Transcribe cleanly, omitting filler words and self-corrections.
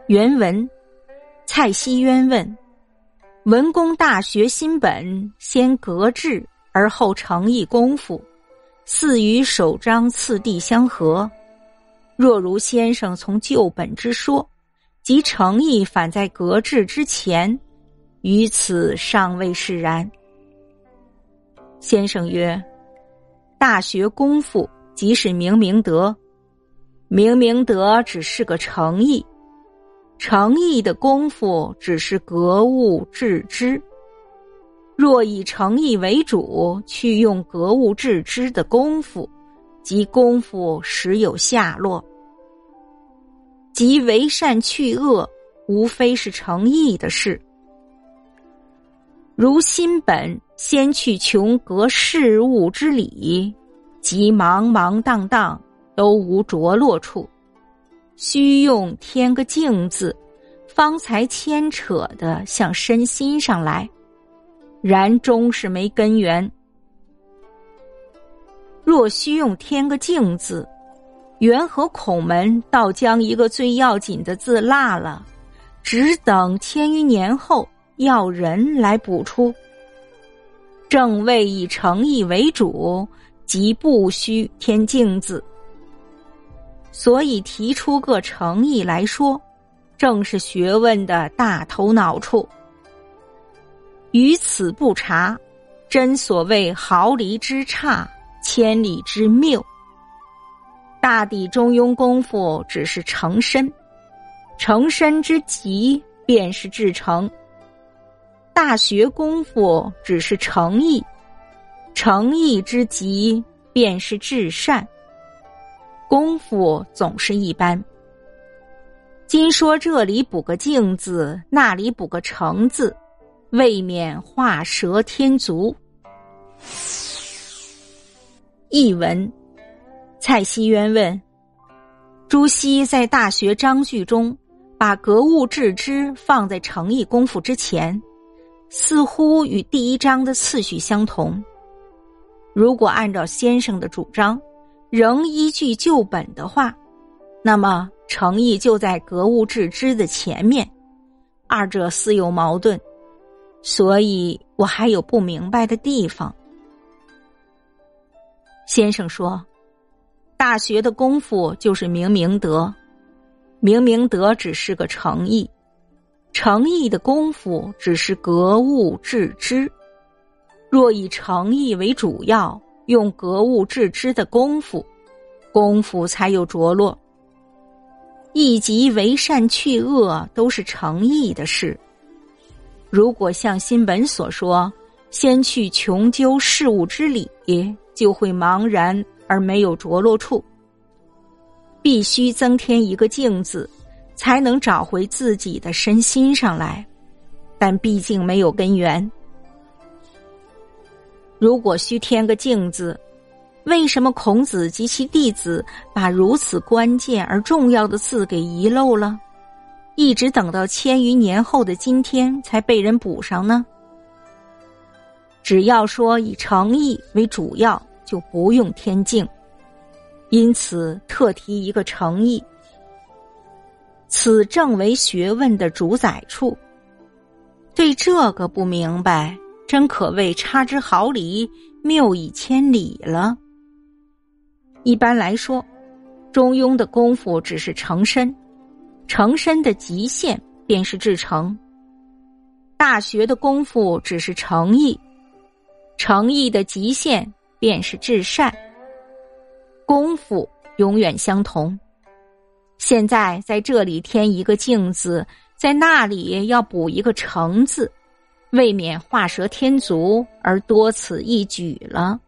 原文：蔡希渊问：文公大学新本，先格致而后诚意功夫，似与首章次第相合。若如先生从旧本之说，即诚意反在格致之前，于此尚未释然。先生曰：大学功夫即是明明德，明明德只是个诚意，诚意的功夫只是格物致知。若以诚意为主，去用格物致知的功夫，即功夫实有下落。即为善去恶，无非是诚意的事。如新本先去穷格事物之理，即茫茫荡荡，都无着落处，须用添个静字，方才牵扯的向身心上来，然终是没根源。若须用添个静字，元和孔门倒将一个最要紧的字落了，只等千余年后要人来补出。正谓以诚意为主，即不须添静字。所以提出个诚意来说，正是学问的大头脑处。于此不察，真所谓毫厘之差，千里之谬。大抵中庸功夫只是成身，成身之极便是至诚。大学功夫只是诚意，诚意之极便是至善。功夫总是一般。今说这里补个静字，那里补个诚字，未免画蛇添足。译文：蔡希渊问：朱熹在大学章句中把格物致知放在诚意功夫之前，似乎与第一章的次序相同。如果按照先生的主张，仍依据旧本的话，那么诚意就在格物致知的前面，二者似有矛盾，所以我还有不明白的地方。先生说，大学的功夫就是明明德，明明德只是个诚意，诚意的功夫只是格物致知。若以诚意为主要，用格物致知的功夫，功夫才有着落。亦即为善去恶都是诚意的事。如果像新本所说，先去穷究事物之理，就会茫然而没有着落处。必须增添一个静字，才能找回自己的身心上来，但毕竟没有根源。如果需添个静字，为什么孔子及其弟子把如此关键而重要的字给遗漏了，一直等到千余年后的今天才被人补上呢？只要说以诚意为主要，就不用添静，因此特提一个诚意。此正为学问的主宰处。对这个不明白，真可谓差之毫厘，谬以千里了。一般来说，中庸的功夫只是成身，成身的极限便是至诚。大学的功夫只是诚意，诚意的极限便是至善。功夫永远相同。现在在这里添一个静字，在那里要补一个诚字，未免画蛇添足而多此一举了。